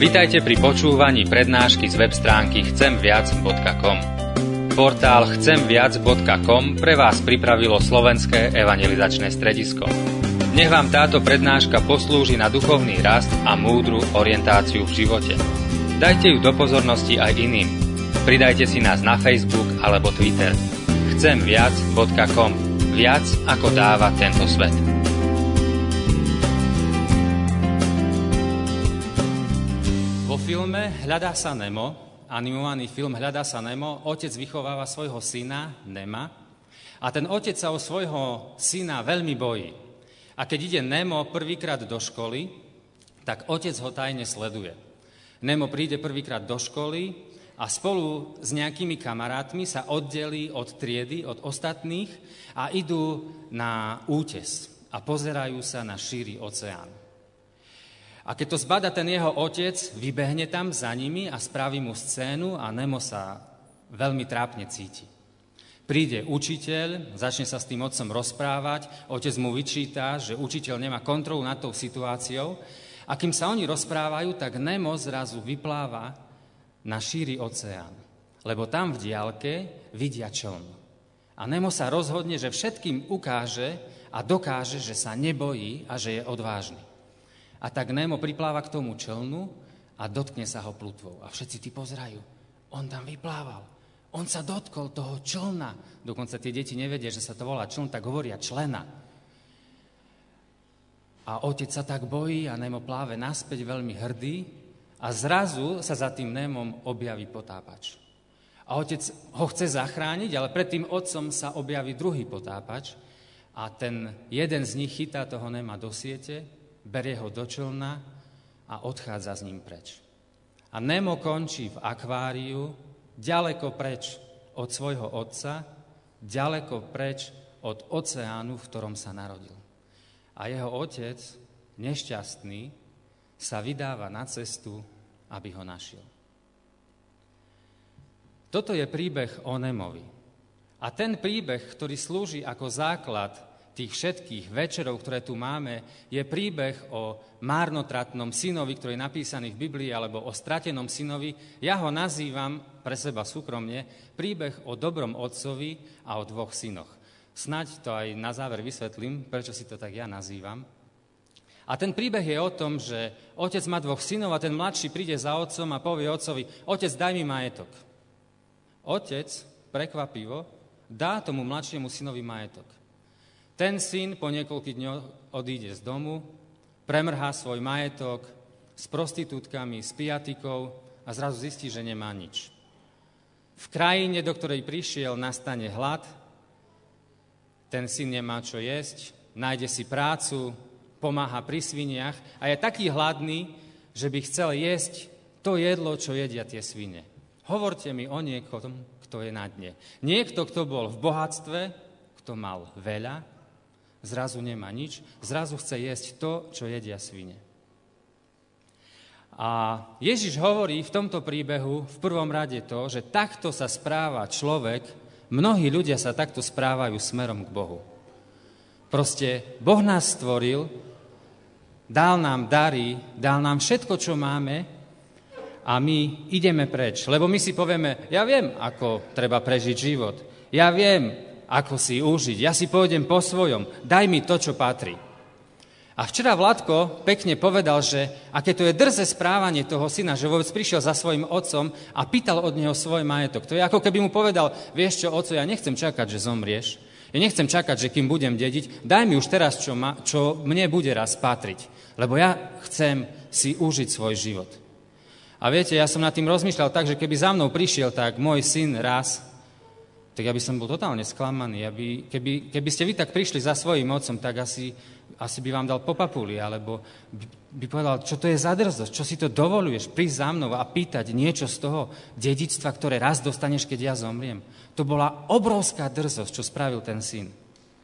Vitajte pri počúvaní prednášky z web stránky chcemviac.com. Portál chcemviac.com pre vás pripravilo Slovenské evangelizačné stredisko. Nech vám táto prednáška poslúži na duchovný rast a múdru orientáciu v živote. Dajte ju do pozornosti aj iným. Pridajte si nás na Facebook alebo Twitter. chcemviac.com. Viac ako dáva tento svet. Vo filme Hľadá sa Nemo, animovaný film Hľadá sa Nemo, otec vychováva svojho syna Nema a ten otec sa o svojho syna veľmi bojí. A keď ide Nemo prvýkrát do školy, tak otec ho tajne sleduje. Nemo príde prvýkrát do školy a spolu s nejakými kamarátmi sa oddelí od triedy, od ostatných a idú na útes a pozerajú sa na šíry oceán. A keď to zbada ten jeho otec, vybehne tam za nimi a spraví mu scénu a Nemo sa veľmi trápne cíti. Príde učiteľ, začne sa s tým otcom rozprávať, otec mu vyčíta, že učiteľ nemá kontrolu nad tou situáciou a kým sa oni rozprávajú, tak Nemo zrazu vypláva na šíry oceán, lebo tam v diaľke vidia čln. A Nemo sa rozhodne, že všetkým ukáže a dokáže, že sa nebojí a že je odvážny. A tak Nemo pripláva k tomu člnu a dotkne sa ho plutvou. A všetci tí pozerajú. On tam vyplával. On sa dotkol toho člna. Dokonca tie deti nevedia, že sa to volá čln, tak hovoria člena. A otec sa tak bojí a Nemo pláve naspäť veľmi hrdý a zrazu sa za tým Nemom objaví potápač. A otec ho chce zachrániť, ale pred tým otcom sa objaví druhý potápač a ten jeden z nich chytá toho Nema do siete, berie ho do člna a odchádza s ním preč. A Nemo končí v akváriu, ďaleko preč od svojho otca, ďaleko preč od oceánu, v ktorom sa narodil. A jeho otec, nešťastný, sa vydáva na cestu, aby ho našiel. Toto je príbeh o Nemovi. A ten príbeh, ktorý slúži ako základ tých všetkých večerov, ktoré tu máme, je príbeh o márnotratnom synovi, ktorý je napísaný v Biblii, alebo o stratenom synovi. Ja ho nazývam, pre seba súkromne, príbeh o dobrom otcovi a o dvoch synoch. Snaď to aj na záver vysvetlím, prečo si to tak ja nazývam. A ten príbeh je o tom, že otec má dvoch synov a ten mladší príde za otcom a povie otcovi: otec, daj mi majetok. Otec, prekvapivo, dá tomu mladšiemu synovi majetok. Ten syn po niekoľkých dňoch odíde z domu, premrhá svoj majetok s prostitútkami, s pijatikou a zrazu zistí, že nemá nič. V krajine, do ktorej prišiel, nastane hlad, ten syn nemá čo jesť, nájde si prácu, pomáha pri sviniach a je taký hladný, že by chcel jesť to jedlo, čo jedia tie svine. Hovorte mi o niekom, kto je na dne. Niekto, kto bol v bohatstve, kto mal veľa, zrazu nemá nič, zrazu chce jesť to, čo jedia svine. A Ježiš hovorí v tomto príbehu v prvom rade to, že takto sa správa človek, mnohí ľudia sa takto správajú smerom k Bohu. Proste Boh nás stvoril, dal nám dary, dal nám všetko, čo máme a my ideme preč. Lebo my si povieme: ja viem, ako treba prežiť život, ja viem, ako si užiť. Ja si pôjdem po svojom. Daj mi to, čo patrí. A včera Vladko pekne povedal, že aké to je drze správanie toho syna, že vôbec prišiel za svojim otcom a pýtal od neho svoj majetok. To je ako keby mu povedal: vieš čo, oco, ja nechcem čakať, že zomrieš. Ja nechcem čakať, že kým budem dediť, daj mi už teraz, čo mne bude raz patriť. Lebo ja chcem si užiť svoj život. A viete, ja som nad tým rozmýšľal tak, že keby za mnou prišiel tak môj syn raz, tak ja by som bol totálne sklamaný. Keby ste vy tak prišli za svojím otcom, tak asi by vám dal po papuli, alebo by povedal: čo to je za drzosť, čo si to dovoluješ, prísť za mnou a pýtať niečo z toho dedičstva, ktoré raz dostaneš, keď ja zomriem. To bola obrovská drzosť, čo spravil ten syn.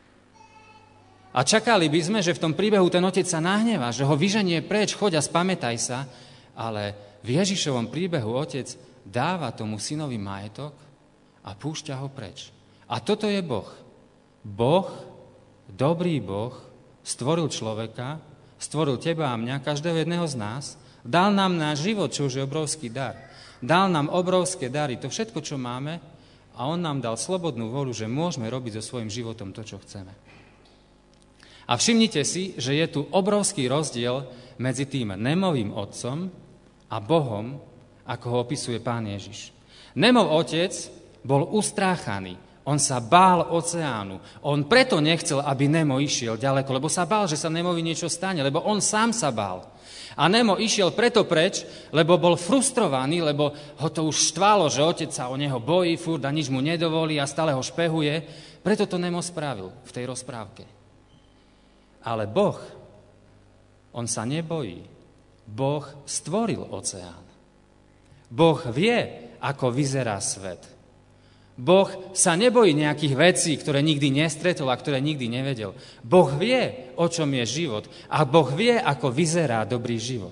A čakali by sme, že v tom príbehu ten otec sa nahnevá, že ho vyženie preč, choď a spamätaj sa, ale v Ježišovom príbehu otec dáva tomu synovi majetok a púšťa ho preč. A toto je Boh. Boh, dobrý Boh, stvoril človeka, stvoril teba a mňa, každého jedného z nás Dal nám náš život, čo už je obrovský dar. Dal nám obrovské dary, to všetko, čo máme, a on nám dal slobodnú voľu, že môžeme robiť so svojím životom to, čo chceme. A všimnite si, že je tu obrovský rozdiel medzi tým Némovým otcom a Bohom, ako ho opisuje Pán Ježiš. Némov otec bol ustráchaný. On sa bál oceánu. On preto nechcel, aby Nemo išiel ďaleko, lebo sa bál, že sa Nemovi niečo stane, lebo on sám sa bál. A Nemo išiel preto preč, lebo bol frustrovaný, lebo ho to už štvalo, že otec sa o neho bojí furt a nič mu nedovolí a stále ho špehuje. Preto to Nemo spravil v tej rozprávke. Ale Boh, on sa nebojí. Boh stvoril oceán. Boh vie, ako vyzerá svet. Boh sa nebojí nejakých vecí, ktoré nikdy nestretol a ktoré nikdy nevedel. Boh vie, o čom je život. A Boh vie, ako vyzerá dobrý život.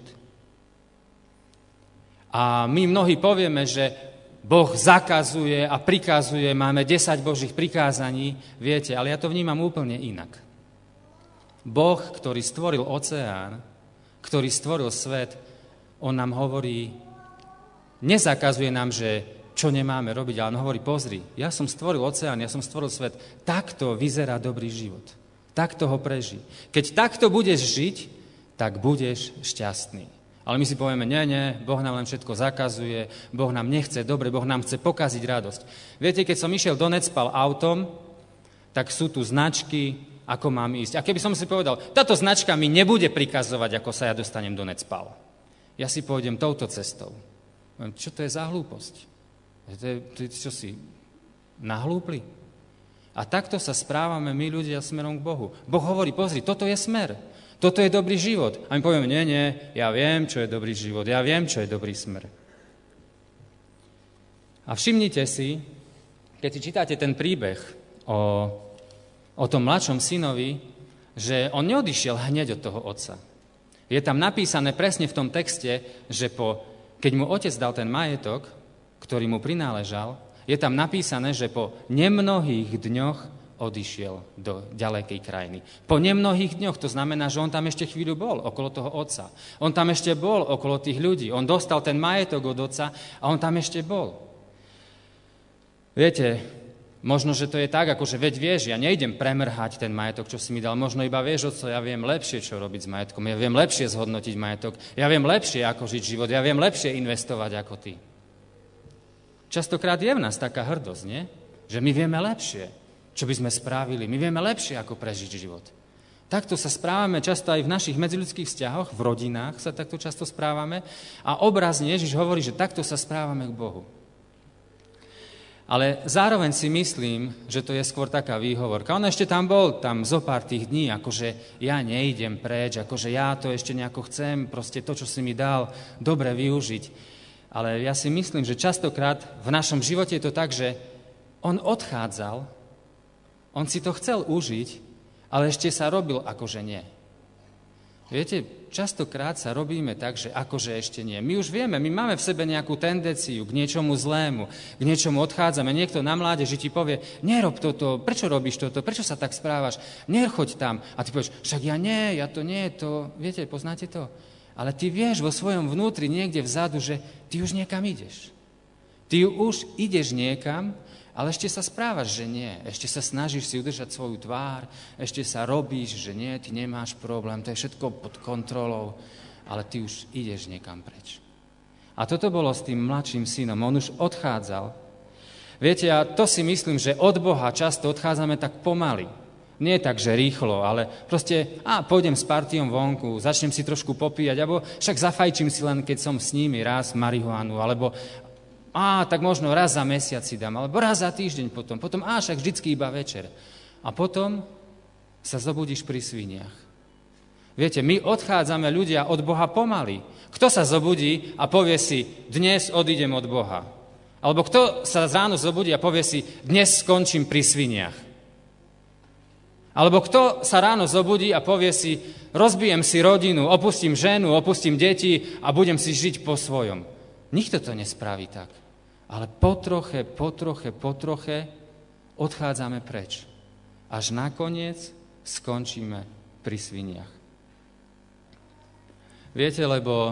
A my mnohí povieme, že Boh zakazuje a prikazuje, máme 10 Božích prikázaní, viete, ale ja to vnímam úplne inak. Boh, ktorý stvoril oceán, ktorý stvoril svet, on nám hovorí, nezakazuje nám, že čo nemáme robiť, ale on hovorí, pozri, ja som stvoril oceán, ja som stvoril svet, takto vyzerá dobrý život. Takto ho prežij. Keď takto budeš žiť, tak budeš šťastný. Ale my si povieme, nie, Boh nám len všetko zakazuje, Boh nám nechce dobre, Boh nám chce pokaziť radosť. Viete, keď som išiel do Necpal autom, tak sú tu značky, ako mám ísť. A keby som si povedal, táto značka mi nebude prikazovať, ako sa ja dostanem do Necpal. Ja si pôjdem touto cestou. Čo to je za hlúposť? To je čo si, nahlúpli? A takto sa správame my ľudia smerom k Bohu. Boh hovorí, pozri, toto je smer, toto je dobrý život. A my povieme, nie, ja viem, čo je dobrý život, ja viem, čo je dobrý smer. A všimnite si, keď si čítate ten príbeh o tom mladšom synovi, že on neodišiel hneď od toho otca. Je tam napísané presne v tom texte, že keď mu otec dal ten majetok, ktorý mu prináležal, je tam napísané, že po nemnohých dňoch odišiel do ďalekej krajiny. Po nemnohých dňoch, to znamená, že on tam ešte chvíľu bol okolo toho otca. On tam ešte bol okolo tých ľudí. On dostal ten majetok od otca a on tam ešte bol. Viete, možno, že to je tak, akože veď vieš, ja nejdem premrhať ten majetok, čo si mi dal. Možno iba vieš, otco, ja viem lepšie, čo robiť s majetkom. Ja viem lepšie zhodnotiť majetok. Ja viem lepšie, ako žiť život. Ja viem lepšie investovať ako ty. Častokrát je v nás taká hrdosť, nie? Že my vieme lepšie, čo by sme spravili. My vieme lepšie, ako prežiť život. Takto sa správame často aj v našich medziľudských vzťahoch, v rodinách sa takto často správame a obrazne Ježiš hovorí, že takto sa správame k Bohu. Ale zároveň si myslím, že to je skôr taká výhovorka. On ešte tam bol, tam zo pár tých dní, akože ja nejdem preč, akože ja to ešte nejako chcem, proste to, čo si mi dal, dobre využiť. Ale ja si myslím, že častokrát v našom živote je to tak, že on odchádzal, on si to chcel užiť, ale ešte sa robil akože nie. Viete, častokrát sa robíme tak, že akože ešte nie. My už vieme, my máme v sebe nejakú tendenciu k niečomu zlému, k niečomu odchádzame. Niekto na mládeži ti povie, nerob toto, prečo robíš toto, prečo sa tak správaš, nechoď tam. A ty povieš, však ja to nie, viete, poznáte to? Ale ty vieš vo svojom vnútri niekde vzadu, že ty už niekam ideš. Ty už ideš niekam, ale ešte sa správaš, že nie. Ešte sa snažíš si udržať svoju tvár, ešte sa robíš, že nie, ty nemáš problém, to je všetko pod kontrolou, ale ty už ideš niekam preč. A toto bolo s tým mladším synom, on už odchádzal. Viete, ja to si myslím, že od Boha často odchádzame tak pomaly. Nie tak, že rýchlo, ale proste, pôjdem s partiom vonku, začnem si trošku popíjať, alebo však zafajčím si len, keď som s nimi raz marihuanu, alebo tak možno raz za mesiac si dám, alebo raz za týždeň potom však vždycky iba večer. A potom sa zobudíš pri sviniach. Viete, my odchádzame ľudia od Boha pomaly. Kto sa zobudí a povie si, dnes odídem od Boha? Alebo kto sa ráno zobudí a povie si, dnes skončím pri sviniach? Alebo kto sa ráno zobudí a povie si, rozbijem si rodinu, opustím ženu, opustím deti a budem si žiť po svojom. Nikto to nespraví tak. Ale po troche odchádzame preč. Až nakoniec skončíme pri sviniach. Viete, lebo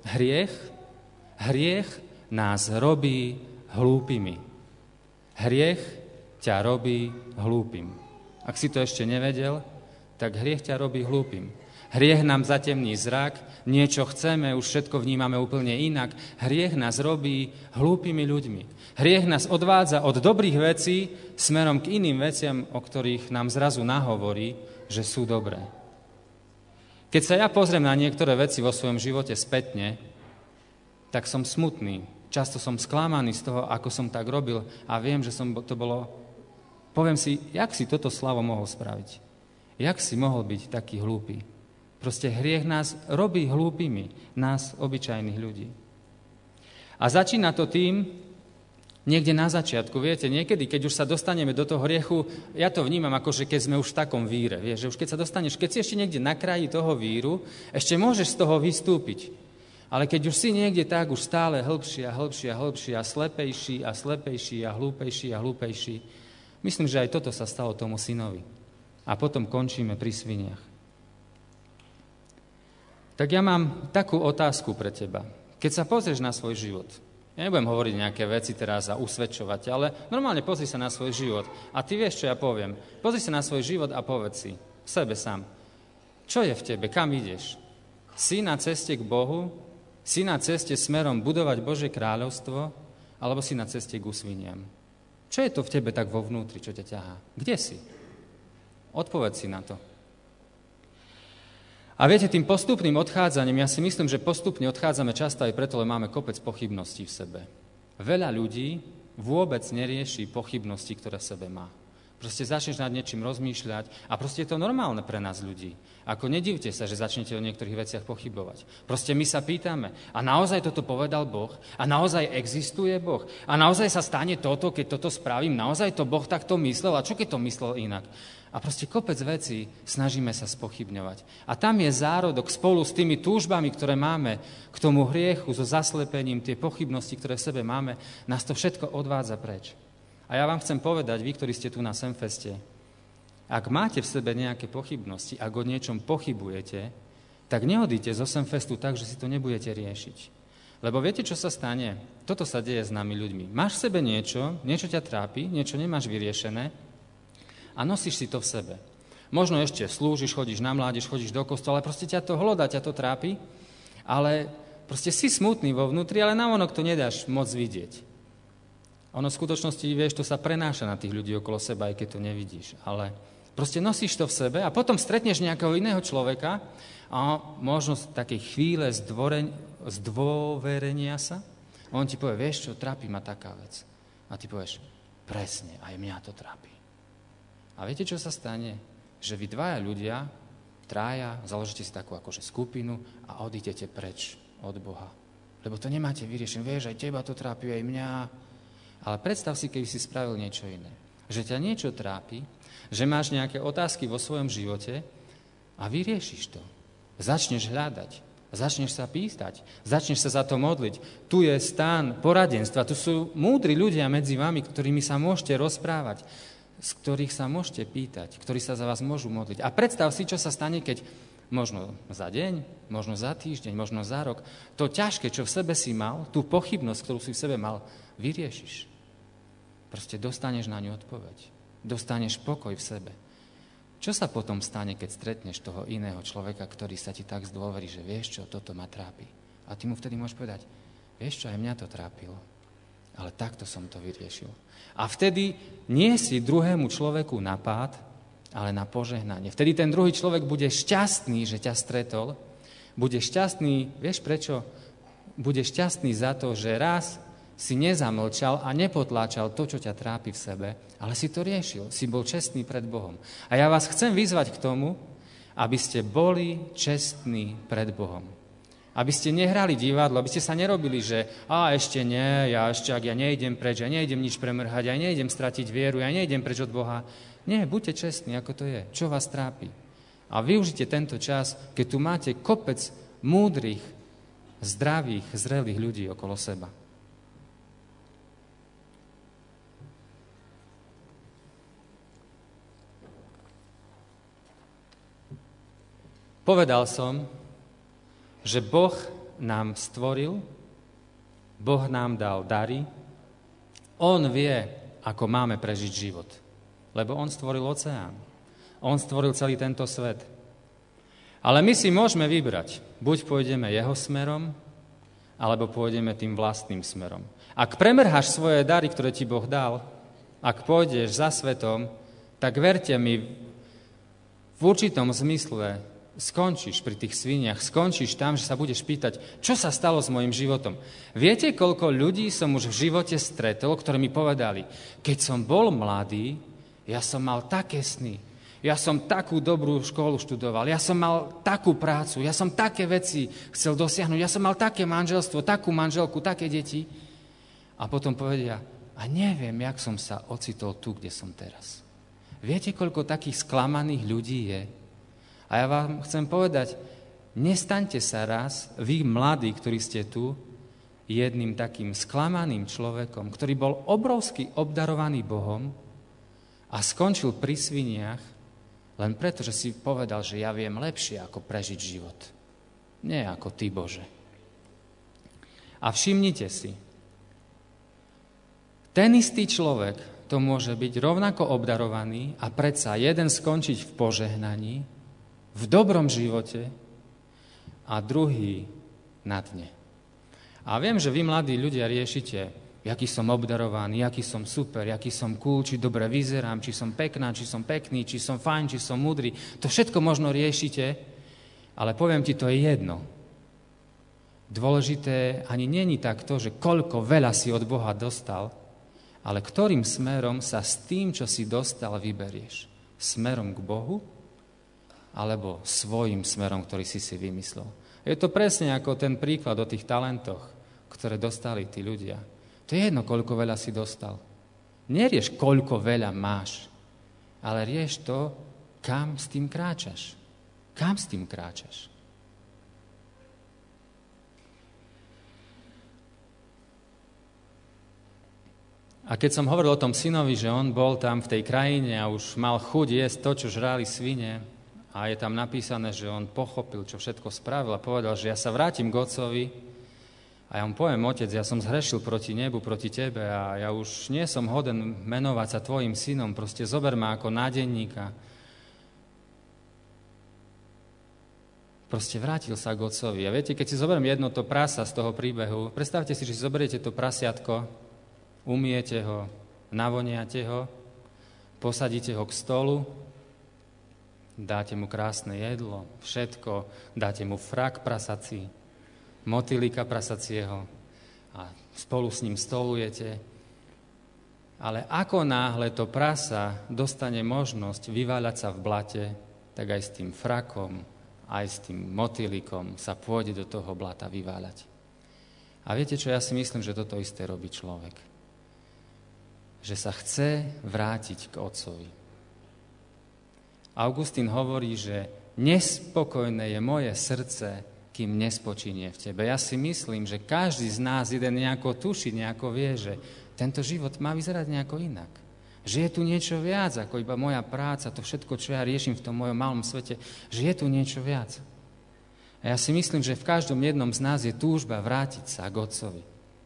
Hriech nás robí hlúpimi. Hriech ťa robí hlúpim. Ak si to ešte nevedel, tak hriech ťa robí hlúpim. Hriech nám zatemní zrak, niečo chceme, už všetko vnímame úplne inak. Hriech nás robí hlúpimi ľuďmi. Hriech nás odvádza od dobrých vecí smerom k iným veciam, o ktorých nám zrazu nahovorí, že sú dobré. Keď sa ja pozriem na niektoré veci vo svojom živote spätne, tak som smutný. Často som sklamaný z toho, ako som tak robil a viem, že to bolo... Poviem si, jak si toto Slavo mohol spraviť? Jak si mohol byť taký hlúpy? Proste hriech nás robí hlúpimi, nás, obyčajných ľudí. A začína to tým, niekde na začiatku, viete, niekedy, keď už sa dostaneme do toho hriechu, ja to vnímam ako, že keď sme už v takom víre, vieš, že už keď sa dostaneš, keď si ešte niekde na kraji toho víru, ešte môžeš z toho vystúpiť. Ale keď už si niekde tak, už stále hĺbšie a slepejší a hlúpejší, myslím, že aj toto sa stalo tomu synovi. A potom končíme pri sviniach. Tak ja mám takú otázku pre teba. Keď sa pozrieš na svoj život, ja nebudem hovoriť nejaké veci teraz a usvedčovať, ale normálne pozri sa na svoj život. A ty vieš, čo ja poviem. Pozri sa na svoj život a povedz si, sebe sám, čo je v tebe, kam ideš? Si na ceste k Bohu? Si na ceste smerom budovať Božie kráľovstvo, alebo si na ceste k sviniam? Čo je to v tebe tak vo vnútri, čo ťa ťahá? Kde si? Odpovedz si na to. A viete, tým postupným odchádzaním, ja si myslím, že postupne odchádzame často aj preto, lebo máme kopec pochybností v sebe. Veľa ľudí vôbec nerieši pochybnosti, ktoré v sebe má. Proste začneš nad niečím rozmýšľať a proste je to normálne pre nás ľudí. Ako nedivte sa, že začnete o niektorých veciach pochybovať. Proste my sa pýtame, a naozaj toto povedal Boh? A naozaj existuje Boh? A naozaj sa stane toto, keď toto spravím? Naozaj to Boh takto myslel? A čo keď to myslel inak? A proste kopec vecí snažíme sa spochybňovať. A tam je zárodok spolu s tými túžbami, ktoré máme k tomu hriechu, so zaslepením, tie pochybnosti, ktoré v sebe máme, nás to všetko odvádza preč. A ja vám chcem povedať, vy, ktorí ste tu na Semfeste, ak máte v sebe nejaké pochybnosti, ak o niečom pochybujete, tak neodíte zo Semfestu tak, že si to nebudete riešiť. Lebo viete, čo sa stane? Toto sa deje s nami ľuďmi. Máš v sebe niečo ťa trápi, niečo nemáš vyriešené a nosíš si to v sebe. Možno ešte slúžiš, chodíš na mládež, chodíš do kostola, ale proste ťa to hlodá, ťa to trápi, ale proste si smutný vo vnútri, ale navonok to nedáš moc vidieť. Ono v skutočnosti, vieš, to sa prenáša na tých ľudí okolo seba, aj keď to nevidíš. Ale proste nosíš to v sebe a potom stretneš nejakého iného človeka a možno z takej chvíle zdôverenia sa, on ti povie, vieš čo, trápi ma taká vec. A ty povieš, presne, aj mňa to trápi. A viete, čo sa stane? Že vy dvaja ľudia, traja, založíte si takú akože skupinu a odídete preč od Boha. Lebo to nemáte vyriešené. Vieš, aj teba to trápi, aj mňa. Ale predstav si, keby si spravil niečo iné. Že ťa niečo trápi, že máš nejaké otázky vo svojom živote a vyriešiš to. Začneš hľadať, začneš sa pýtať, začneš sa za to modliť. Tu je stán poradenstva, tu sú múdri ľudia medzi vami, ktorými sa môžete rozprávať, z ktorých sa môžete pýtať, ktorí sa za vás môžu modliť. A predstav si, čo sa stane, keď možno za deň, možno za týždeň, možno za rok, to ťažké, čo v sebe si mal, tú pochybnosť, ktorú si v sebe mal, vyriešiš. Proste dostaneš na ňu odpoveď. Dostaneš pokoj v sebe. Čo sa potom stane, keď stretneš toho iného človeka, ktorý sa ti tak zdôverí, že vieš čo, toto ma trápi. A ty mu vtedy môžeš povedať, vieš čo, aj mňa to trápilo. Ale takto som to vyriešil. A vtedy nie si druhému človeku na pád, ale na požehnanie. Vtedy ten druhý človek bude šťastný, že ťa stretol. Bude šťastný, vieš prečo? Bude šťastný za to, že raz si nezamlčal a nepotláčal to, čo ťa trápi v sebe, ale si to riešil, si bol čestný pred Bohom. A ja vás chcem vyzvať k tomu, aby ste boli čestní pred Bohom. Aby ste nehrali divadlo, aby ste sa nerobili, že ešte nie, ak ja nejdem preč, ja nejdem nič premrhať, ja nejdem stratiť vieru, ja nejdem preč od Boha. Nie, buďte čestní, ako to je, čo vás trápi. A využite tento čas, keď tu máte kopec múdrych, zdravých, zrelých ľudí okolo seba. Povedal som, že Boh nám stvoril, Boh nám dal dary, on vie, ako máme prežiť život. Lebo on stvoril oceán. On stvoril celý tento svet. Ale my si môžeme vybrať. Buď pôjdeme jeho smerom, alebo pôjdeme tým vlastným smerom. Ak premrháš svoje dary, ktoré ti Boh dal, ak pôjdeš za svetom, tak verte mi, v určitom zmysle skončíš pri tých sviniach, skončíš tam, že sa budeš pýtať, čo sa stalo s mojim životom. Viete, koľko ľudí som už v živote stretol, ktorí mi povedali, keď som bol mladý, ja som mal také sny, ja som takú dobrú školu študoval, ja som mal takú prácu, ja som také veci chcel dosiahnuť, ja som mal také manželstvo, takú manželku, také deti. A potom povedia, a neviem, jak som sa ocitol tu, kde som teraz. Viete, koľko takých sklamaných ľudí je? A ja vám chcem povedať, nestaňte sa raz, vy mladí, ktorí ste tu, jedným takým sklamaným človekom, ktorý bol obrovsky obdarovaný Bohom a skončil pri sviniach, len preto, že si povedal, že ja viem lepšie, ako prežiť život. Nie ako ty, Bože. A všimnite si, ten istý človek to môže byť rovnako obdarovaný a predsa jeden skončiť v požehnaní, v dobrom živote a druhý na dne. A viem, že vy, mladí ľudia, riešite, jaký som obdarovaný, aký som super, aký som cool, či dobre vyzerám, či som pekná, či som pekný, či som fajn, či som múdry. To všetko možno riešite, ale poviem ti, to je jedno. Dôležité ani není tak to, že koľko veľa si od Boha dostal, ale ktorým smerom sa s tým, čo si dostal, vyberieš. Smerom k Bohu, alebo svojím smerom, ktorý si vymyslel. Je to presne ako ten príklad o tých talentoch, ktoré dostali tí ľudia. To je jedno, koľko veľa si dostal. Nerieš, koľko veľa máš, ale rieš to, kam s tým kráčaš. Kam s tým kráčaš. A keď som hovoril o tom synovi, že on bol tam v tej krajine a už mal chuť jesť to, čo žrali svine, a je tam napísané, že on pochopil, čo všetko spravil a povedal, že ja sa vrátim k otcovi a ja mu poviem, otec, ja som zhrešil proti nebu, proti tebe a ja už nie som hoden menovať sa tvojim synom, proste zober ma ako nádenníka. Proste vrátil sa k otcovi. A viete, keď si zoberiem jedno to prasa z toho príbehu, predstavte si, že si zoberiete to prasiatko, umiete ho, navoniate ho, posadíte ho k stolu, dáte mu krásne jedlo, všetko, dáte mu frak prasací, motýlika prasacieho a spolu s ním stolujete. Ale ako náhle to prasa dostane možnosť vyváľať sa v blate, tak aj s tým frakom, aj s tým motýlikom sa pôjde do toho blata vyváľať. A viete čo, ja si myslím, že toto isté robí človek. Že sa chce vrátiť k otcovi. Augustín hovorí, že nespokojné je moje srdce, kým nespočinie v tebe. Ja si myslím, že každý z nás jeden nejako tuší, nejako vie, že tento život má vyzerať nejako inak. Že je tu niečo viac, ako iba moja práca, to všetko, čo ja riešim v tom mojom malom svete, že je tu niečo viac. A ja si myslím, že v každom jednom z nás je túžba vrátiť sa k otcovi.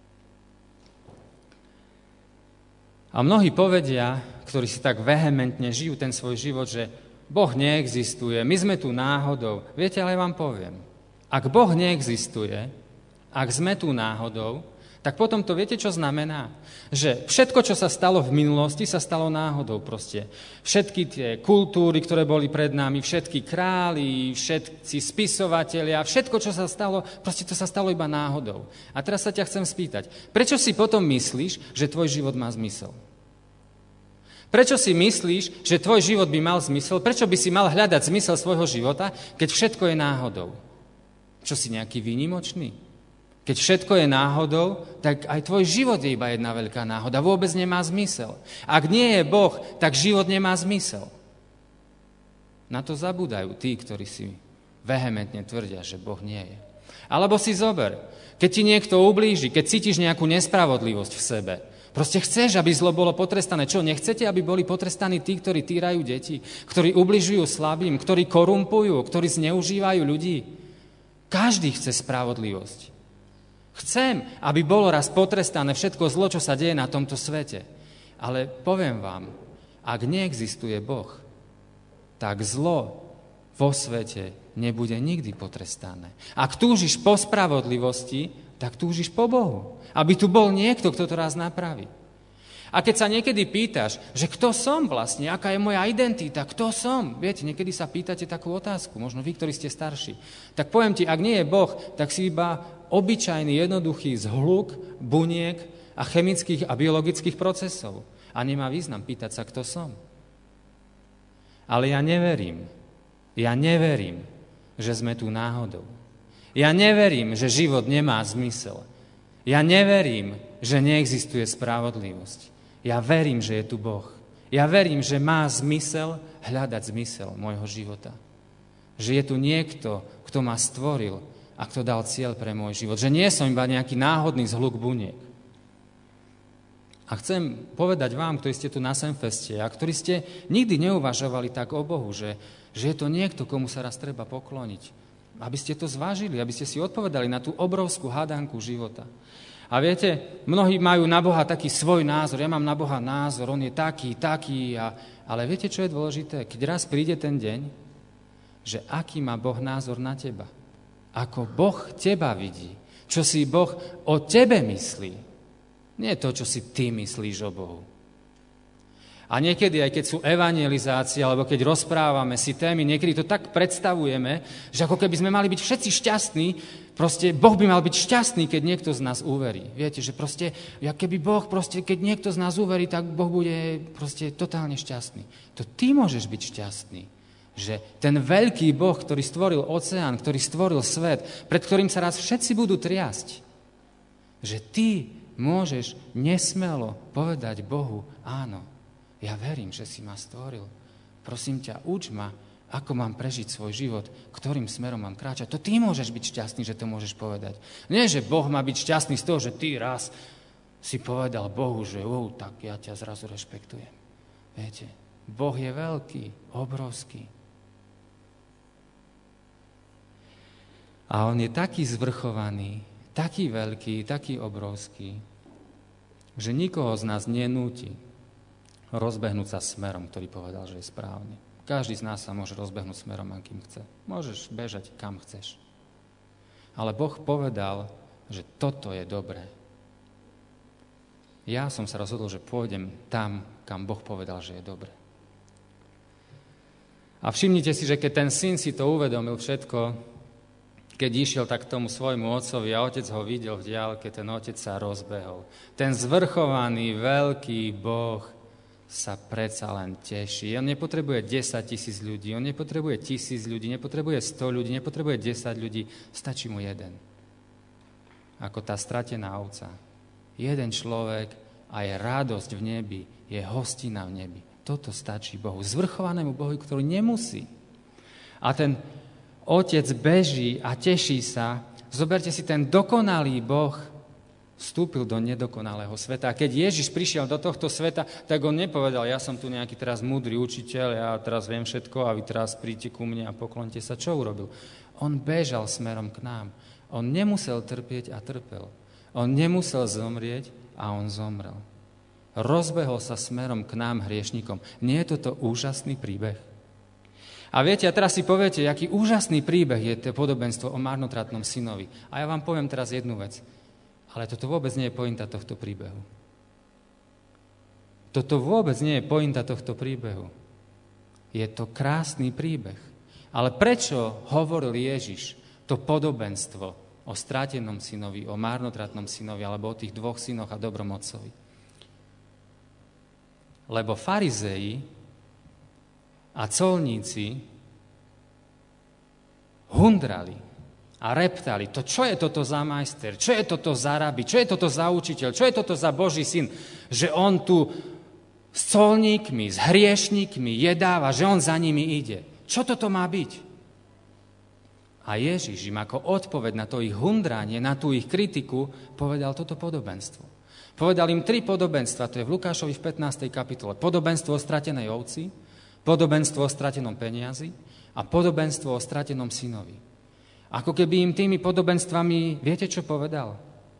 A mnohí povedia, ktorí si tak vehementne žijú ten svoj život, že Boh neexistuje, my sme tu náhodou. Viete, ale ja vám poviem, ak Boh neexistuje, ak sme tu náhodou, tak potom to viete, čo znamená? Že všetko, čo sa stalo v minulosti, sa stalo náhodou proste. Všetky tie kultúry, ktoré boli pred nami, všetky králi, všetci spisovatelia, všetko, čo sa stalo, proste to sa stalo iba náhodou. A teraz sa ťa chcem spýtať, prečo si potom myslíš, že tvoj život má zmysel? Prečo si myslíš, že tvoj život by mal zmysel? Prečo by si mal hľadať zmysel svojho života, keď všetko je náhodou? Čo si nejaký výnimočný? Keď všetko je náhodou, tak aj tvoj život je iba jedna veľká náhoda. Vôbec nemá zmysel. Ak nie je Boh, tak život nemá zmysel. Na to zabúdajú tí, ktorí si vehementne tvrdia, že Boh nie je. Alebo si zober, keď ti niekto ublíži, keď cítiš nejakú nespravodlivosť v sebe, proste chceš, aby zlo bolo potrestané. Čo, nechcete, aby boli potrestaní tí, ktorí týrajú deti, ktorí ubližujú slabým, ktorí korumpujú, ktorí zneužívajú ľudí? Každý chce spravodlivosť. Chcem, aby bolo raz potrestané všetko zlo, čo sa deje na tomto svete. Ale poviem vám, ak neexistuje Boh, tak zlo vo svete nebude nikdy potrestané. Ak túžiš po spravodlivosti, tak túžiš po Bohu. Aby tu bol niekto, kto to raz napraví. A keď sa niekedy pýtaš, že kto som vlastne, aká je moja identita, kto som? Viete, niekedy sa pýtate takú otázku, možno vy, ktorí ste starší. Tak poviem ti, ak nie je Boh, tak si iba obyčajný, jednoduchý zhluk buniek a chemických a biologických procesov. A nemá význam pýtať sa, kto som. Ale ja neverím, že sme tu náhodou. Ja neverím, že život nemá zmysel. Ja neverím, že neexistuje spravodlivosť. Ja verím, že je tu Boh. Ja verím, že má zmysel hľadať zmysel môjho života. Že je tu niekto, kto ma stvoril a kto dal cieľ pre môj život. Že nie som iba nejaký náhodný zhluk buniek. A chcem povedať vám, ktorí ste tu na Semfeste a ktorí ste nikdy neuvažovali tak o Bohu, že je to niekto, komu sa raz treba pokloniť. Aby ste to zvážili, aby ste si odpovedali na tú obrovskú hádanku života. A viete, mnohí majú na Boha taký svoj názor. Ja mám na Boha názor, on je taký. Ale viete, čo je dôležité? Keď raz príde ten deň, že aký má Boh názor na teba. Ako Boh teba vidí. Čo si Boh o tebe myslí. Nie to, čo si ty myslíš o Bohu. A niekedy, aj keď sú evangelizácie, alebo keď rozprávame si témy, niekedy to tak predstavujeme, že ako keby sme mali byť všetci šťastní, proste Boh by mal byť šťastný, keď niekto z nás uverí. Viete, že proste, keby Boh, proste, keď niekto z nás uverí, tak Boh bude proste totálne šťastný. To ty môžeš byť šťastný. Že ten veľký Boh, ktorý stvoril oceán, ktorý stvoril svet, pred ktorým sa raz všetci budú triasť, že ty môžeš nesmelo povedať Bohu áno. Ja verím, že si ma stvoril. Prosím ťa, uč ma, ako mám prežiť svoj život, ktorým smerom mám kráčať. To ty môžeš byť šťastný, že to môžeš povedať. Nie, že Boh má byť šťastný z toho, že ty raz si povedal Bohu, že tak ja ťa zrazu rešpektujem. Viete, Boh je veľký, obrovský. A on je taký zvrchovaný, taký veľký, taký obrovský, že nikoho z nás nenúti rozbehnúť sa smerom, ktorý povedal, že je správny. Každý z nás sa môže rozbehnúť smerom, akým chce. Môžeš bežať, kam chceš. Ale Boh povedal, že toto je dobré. Ja som sa rozhodol, že pôjdem tam, kam Boh povedal, že je dobré. A všimnite si, že keď ten syn si to uvedomil všetko, keď išiel tak k tomu svojmu otcovi a otec ho videl v diaľke, ten otec sa rozbehol. Ten zvrchovaný, veľký Boh sa predsa len teší. On nepotrebuje 10 000 ľudí, on nepotrebuje 1000 ľudí, nepotrebuje 100 ľudí, nepotrebuje 10 ľudí, stačí mu jeden. Ako tá stratená ovca. Jeden človek a je radosť v nebi, je hostina v nebi. Toto stačí Bohu, zvrchovanému Bohu, ktorý nemusí. A ten otec beží a teší sa. Zoberte si, ten dokonalý Boh vstúpil do nedokonalého sveta. A keď Ježiš prišiel do tohto sveta, tak on nepovedal, ja som tu nejaký teraz múdry učiteľ, ja teraz viem všetko a vy teraz príďte ku mne a poklonte sa. Čo urobil? On bežal smerom k nám. On nemusel trpieť a trpel. On nemusel zomrieť a on zomrel. Rozbehol sa smerom k nám, hriešnikom. Nie je toto úžasný príbeh? A viete, a teraz si poviete, aký úžasný príbeh je to podobenstvo o marnotratnom synovi. A ja vám poviem teraz jednu vec. Ale toto vôbec nie je pointa tohto príbehu. Toto vôbec nie je pointa tohto príbehu. Je to krásny príbeh. Ale prečo hovoril Ježiš to podobenstvo o strátenom synovi, o marnotratnom synovi, alebo o tých dvoch synoch a dobrom otcovi? Lebo farizei a colníci hundrali a reptali, čo je toto za majster, čo je toto za rabi, čo je toto za učiteľ, čo je toto za Boží syn, že on tu s colníkmi, s hriešníkmi jedáva, že on za nimi ide. Čo toto má byť? A Ježiš im ako odpoveď na to ich hundranie, na tú ich kritiku, povedal toto podobenstvo. Povedal im 3 podobenstva, to je v Lukášovi v 15. kapitole. Podobenstvo o stratenej ovci, podobenstvo o stratenom peniazi a podobenstvo o stratenom synovi. Ako keby im tými podobenstvami, viete, čo povedal?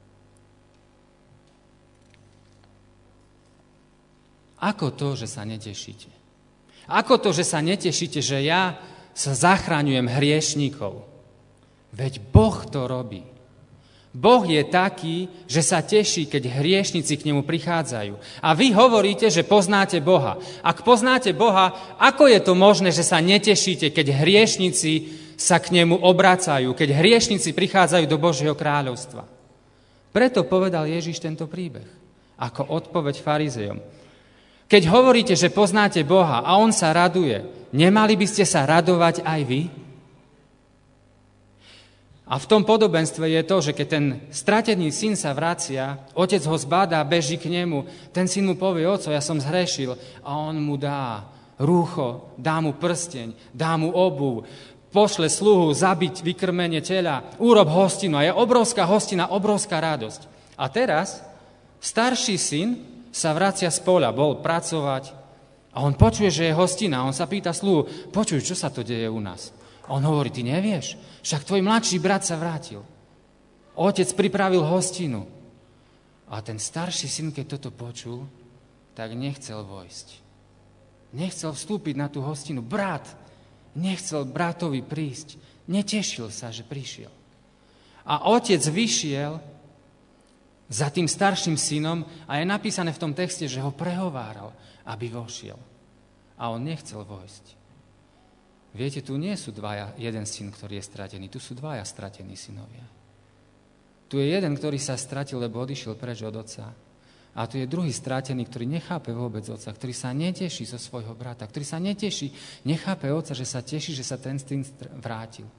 Ako to, že sa netešíte? Ako to, že sa netešíte, že ja sa zachraňujem hriešníkov? Veď Boh to robí. Boh je taký, že sa teší, keď hriešnici k nemu prichádzajú. A vy hovoríte, že poznáte Boha. Ak poznáte Boha, ako je to možné, že sa netešíte, keď hriešnici sa k nemu obracajú, keď hriešnici prichádzajú do Božieho kráľovstva? Preto povedal Ježiš tento príbeh, ako odpoveď farizejom. Keď hovoríte, že poznáte Boha a on sa raduje, nemali by ste sa radovať aj vy? A v tom podobenstve je to, že keď ten stratený syn sa vracia, otec ho zbadá, beží k nemu, ten syn mu povie: oco, ja som zhrešil, a on mu dá rúcho, dá mu prsteň, dá mu obuv, pošle sluhu zabiť vykrmenie tela, urob hostinu. A je obrovská hostina, obrovská radosť. A teraz starší syn sa vracia z poľa, bol pracovať a on počuje, že je hostina. On sa pýta sluhu: počuj, čo sa to deje u nás? A on hovorí: ty nevieš? Však tvoj mladší brat sa vrátil. Otec pripravil hostinu. A ten starší syn, keď toto počul, tak nechcel vojsť. Nechcel vstúpiť na tú hostinu. Brat nechcel bratovi prísť. Netešil sa, že prišiel. A otec vyšiel za tým starším synom a je napísané v tom texte, že ho prehováral, aby vošiel. A on nechcel vojsť. Viete, tu nie sú dvaja, jeden syn, ktorý je stratený, tu sú dvaja stratení synovia. Tu je jeden, ktorý sa stratil, lebo odišiel preč od otca. A tu je druhý stratený, ktorý nechápe vôbec otca, ktorý sa neteší zo svojho brata, ktorý sa neteší, nechápe otca, že sa teší, že sa ten syn vrátil.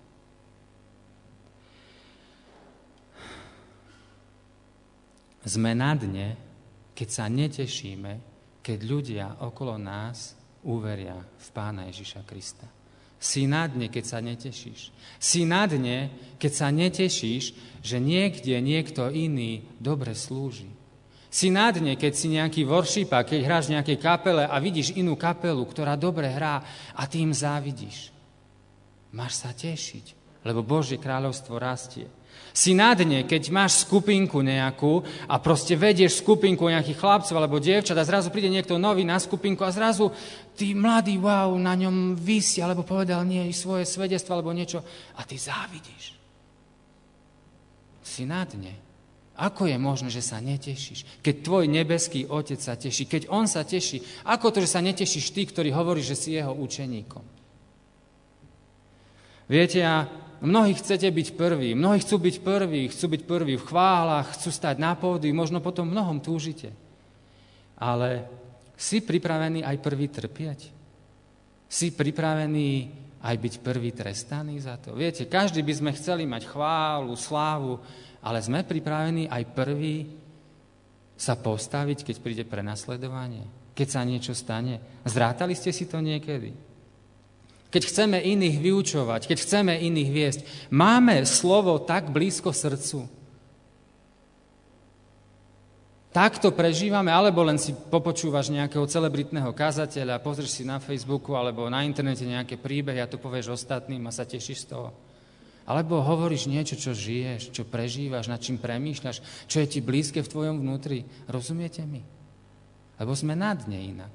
Sme na dne, keď sa netešíme, keď ľudia okolo nás uveria v Pána Ježiša Krista. Si na dne, keď sa netešíš. Si na dne, keď sa netešíš, že niekde niekto iný dobre slúži. Si na dne, keď si nejaký worshipák, keď hráš v nejakej kapele a vidíš inú kapelu, ktorá dobre hrá a ty im závidíš. Máš sa tešiť, lebo Božie kráľovstvo rastie. Si na dne, keď máš skupinku nejakú a proste vedieš skupinku nejakých chlapcov alebo dievčat a zrazu príde niekto nový na skupinku a zrazu tí mladí, wow, na ňom visí, alebo povedal nie svoje svedectvo alebo niečo a ty závidíš. Si na dne. Ako je možné, že sa netešíš? Keď tvoj nebeský Otec sa teší, keď on sa teší, ako to, že sa netešíš ty, ktorý hovorí, že si jeho učeníkom? Viete, mnohí chcete byť prví, mnohí chcú byť prví v chválach, chcú stať na pódiu, možno potom mnohom túžite. Ale si pripravený aj prvý trpieť? Si pripravený aj byť prvý trestaný za to? Viete, každý by sme chceli mať chválu, slávu, ale sme pripravení aj prvý sa postaviť, keď príde prenasledovanie? Keď sa niečo stane? Zrátali ste si to niekedy? Keď chceme iných vyučovať, keď chceme iných viesť, máme slovo tak blízko srdcu. Takto prežívame, alebo len si popočúvaš nejakého celebritného kazateľa, pozrieš si na Facebooku alebo na internete nejaké príbehy a to povieš ostatným a sa tešíš z toho. Alebo hovoríš niečo, čo žiješ, čo prežívaš, nad čím premýšľaš, čo je ti blízke v tvojom vnútri. Rozumiete mi? Lebo sme na dne inak.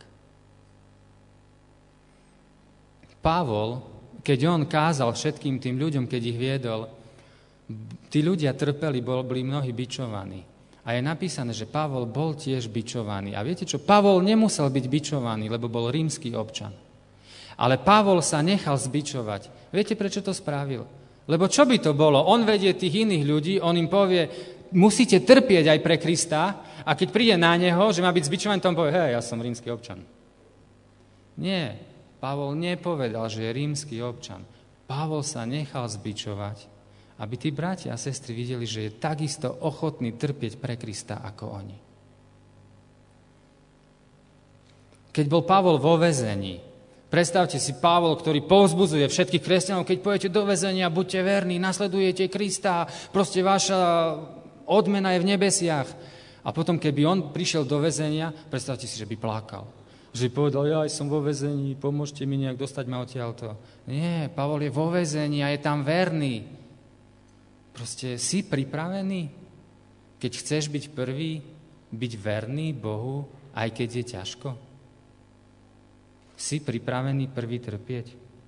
Pavol, keď on kázal všetkým tým ľuďom, keď ich viedol, tí ľudia trpeli, boli mnohí bičovaní. A je napísané, že Pavol bol tiež bičovaný. A viete čo? Pavol nemusel byť bičovaný, lebo bol rímsky občan. Ale Pavol sa nechal zbičovať. Viete, prečo to spravil? Lebo čo by to bolo? On vedie tých iných ľudí, on im povie, musíte trpieť aj pre Krista, a keď príde na neho, že má byť zbičovaný, to on povie, hej, ja som rímsky občan. Nie, Pavol nepovedal, že je rímsky občan. Pavol sa nechal zbičovať, aby tí bratia a sestry videli, že je takisto ochotný trpieť pre Krista ako oni. Keď bol Pavol vo väzení, predstavte si Pavol, ktorý povzbudzuje všetkých kresťanov, keď pôjdete do väzenia, buďte verní, nasledujete Krista, proste vaša odmena je v nebesiach. A potom, keby on prišiel do väzenia, predstavte si, že by plakal. Že povedal, ja som vo väzení, pomôžte mi nejak dostať ma odtiaľto. Nie, Pavol je vo väzení a je tam verný. Proste si pripravený, keď chceš byť prvý, byť verný Bohu, aj keď je ťažko? Si pripravený prvý trpieť?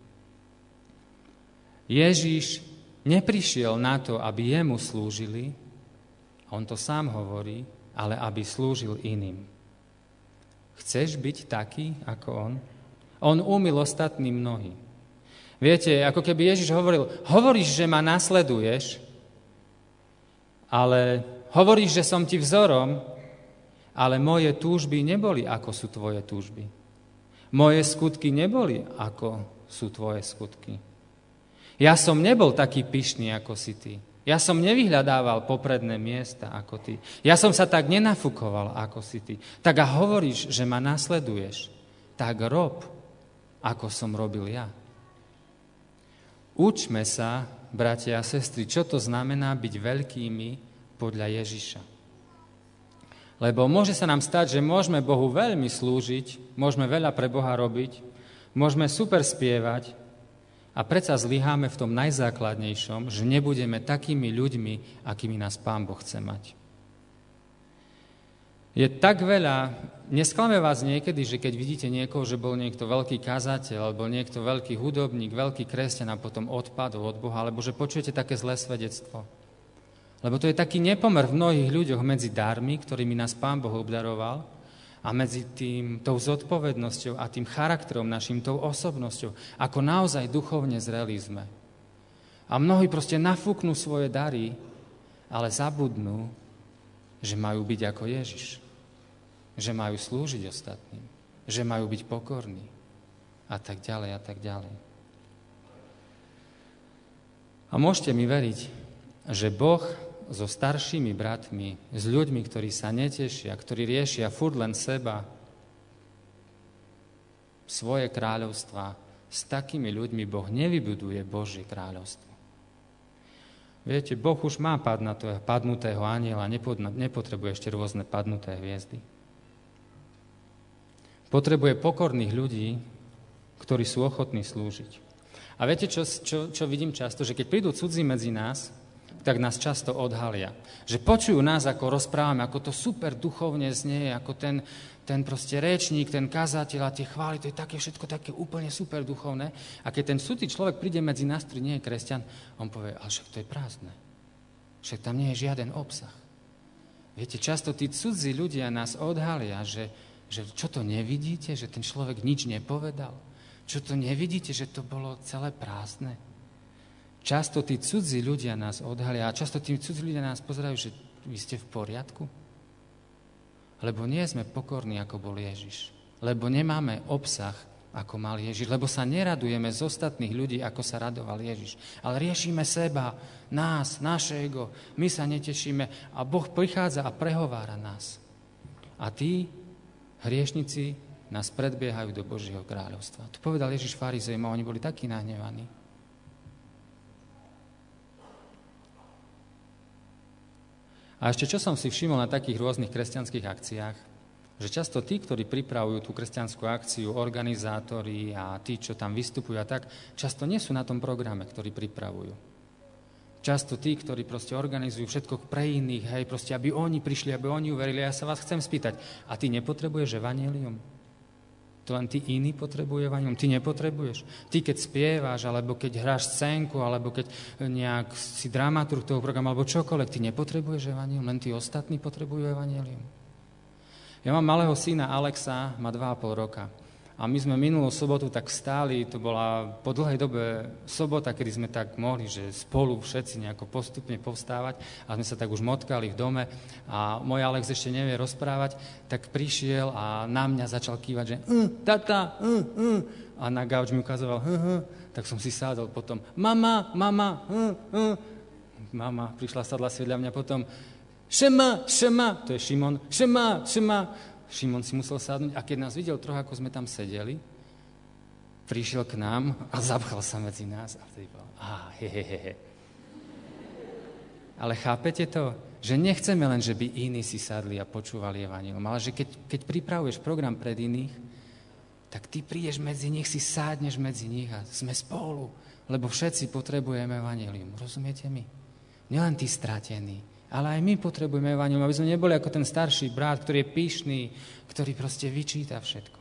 Ježiš neprišiel na to, aby jemu slúžili, on to sám hovorí, ale aby slúžil iným. Chceš byť taký ako on? On umyl ostatným nohy. Viete, ako keby Ježiš hovoríš, že ma nasleduješ, ale hovoríš, že som ti vzorom, ale moje túžby neboli, ako sú tvoje túžby. Moje skutky neboli, ako sú tvoje skutky. Ja som nebol taký pyšný, ako si ty. Ja som nevyhľadával popredné miesta, ako ty. Ja som sa tak nenafúkoval, ako si ty. Tak a hovoríš, že ma nasleduješ, tak rob, ako som robil ja. Učme sa, bratia a sestry, čo to znamená byť veľkými podľa Ježiša. Lebo môže sa nám stať, že môžeme Bohu veľmi slúžiť, môžeme veľa pre Boha robiť, môžeme super spievať a predsa zlyháme v tom najzákladnejšom, že nebudeme takými ľuďmi, akými nás Pán Boh chce mať. Je tak veľa, nesklame vás niekedy, že keď vidíte niekoho, že bol niekto veľký kazateľ, alebo niekto veľký hudobník, veľký kresťan a potom odpadol od Boha, alebo že počujete také zlé svedectvo. Lebo to je taký nepomer v mnohých ľuďoch medzi darmi, ktorými nás Pán Boh obdaroval, a medzi tou zodpovednosťou a tým charakterom našim, tou osobnosťou, ako naozaj duchovne zrelí sme. A mnohí proste nafúknú svoje dary, ale zabudnú, že majú byť ako Ježiš. Že majú slúžiť ostatným. Že majú byť pokorní. A tak ďalej, a tak ďalej. A môžete mi veriť, že Boh so staršími bratmi, s ľuďmi, ktorí sa netešia, ktorí riešia furt len seba, svoje kráľovstva, s takými ľuďmi Boh nevybuduje Božie kráľovstvo. Viete, Boh už má padnutého anjela, nepotrebuje ešte rôzne padnuté hviezdy. Potrebuje pokorných ľudí, ktorí sú ochotní slúžiť. A viete, čo vidím často? Že keď prídu cudzí medzi nás, tak nás často odhalia. Že počujú nás, ako rozprávame, ako to super duchovne znie, ako ten proste rečník, ten kazateľ a tie chvály, to je také všetko také úplne super duchovné. A keď ten cudzí človek príde medzi nás, ktorý nie je kresťan, on povie, ale však to je prázdne. Však tam nie je žiaden obsah. Viete, často tí cudzí ľudia nás odhalia, že čo to nevidíte, že ten človek nič nepovedal? Čo to nevidíte, že to bolo celé prázdne? Často tí cudzí ľudia nás odhalia a často tí cudzí ľudia nás pozerajú, že vy ste v poriadku? Lebo nie sme pokorní, ako bol Ježiš. Lebo nemáme obsah, ako mal Ježiš. Lebo sa neradujeme z ostatných ľudí, ako sa radoval Ježiš. Ale riešime seba, nás, naše ego. My sa netešíme a Boh prichádza a prehovára nás. A tí hriešnici nás predbiehajú do Božieho kráľovstva. To povedal Ježiš farizejom a oni boli takí nahnevaní. A ešte čo som si všimol na takých rôznych kresťanských akciách, že často tí, ktorí pripravujú tú kresťanskú akciu, organizátori a tí, čo tam vystupujú a tak, často nie sú na tom programe, ktorý pripravujú. Často tí, ktorí proste organizujú všetko pre iných, hej, proste, aby oni prišli, aby oni uverili. Ja sa vás chcem spýtať, a ty nepotrebuješ evanjelium? To len tí iní potrebujú evanjelium, ty nepotrebuješ. Ty, keď spievaš, alebo keď hráš scénku, alebo keď nejak si dramaturg toho programu, alebo čokoľvek, ty nepotrebuješ evanjelium, len tí ostatní potrebujú evanjelium. Ja mám malého syna Alexa, má 2,5 roka. A my sme minulú sobotu tak vstáli, to bola po dlhej dobe sobota, kedy sme tak mohli, že spolu všetci nejako postupne povstávať a sme sa tak už motkali v dome a môj Alex ešte nevie rozprávať, tak prišiel a na mňa začal kývať, že tata, a na gauč mi ukazoval, tak som si sádol potom, mama, prišla, sadla si vedľa mňa potom, Šema, to je Šimon, Šema. Šimon si musel sadnúť a keď nás videl trochu, ako sme tam sedeli, prišiel k nám a zapchal sa medzi nás a vtedy povedal, hehehe. Ale chápete to? Že nechceme len, že by iní si sadli a počúvali evanjelium, ale že keď pripravuješ program pred iných, tak ty prídeš medzi nich, si sádneš medzi nich a sme spolu, lebo všetci potrebujeme evanjelium. Rozumiete mi? Nielen tí stratení, ale aj my potrebujeme evanjelium, aby sme neboli ako ten starší brat, ktorý je pyšný, ktorý proste vyčíta všetko.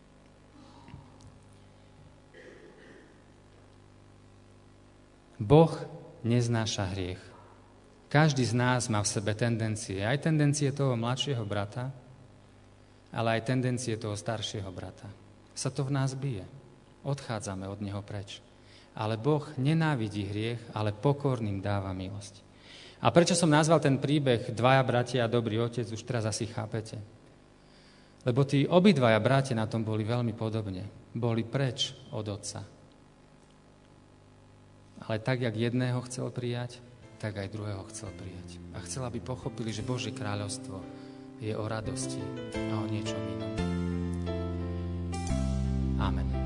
Boh neznáša hriech. Každý z nás má v sebe tendencie, aj tendencie toho mladšieho brata, ale aj tendencie toho staršieho brata. Sa to v nás bije. Odchádzame od neho preč. Ale Boh nenávidí hriech, ale pokorným dáva milosť. A prečo som nazval ten príbeh Dvaja bratia a dobrý otec, už teraz asi chápete. Lebo tí obidvaja bratia na tom boli veľmi podobne. Boli preč od otca. Ale tak, jak jedného chcel prijať, tak aj druhého chcel prijať. A chcel, aby pochopili, že Božie kráľovstvo je o radosti a o niečom inom. Amen.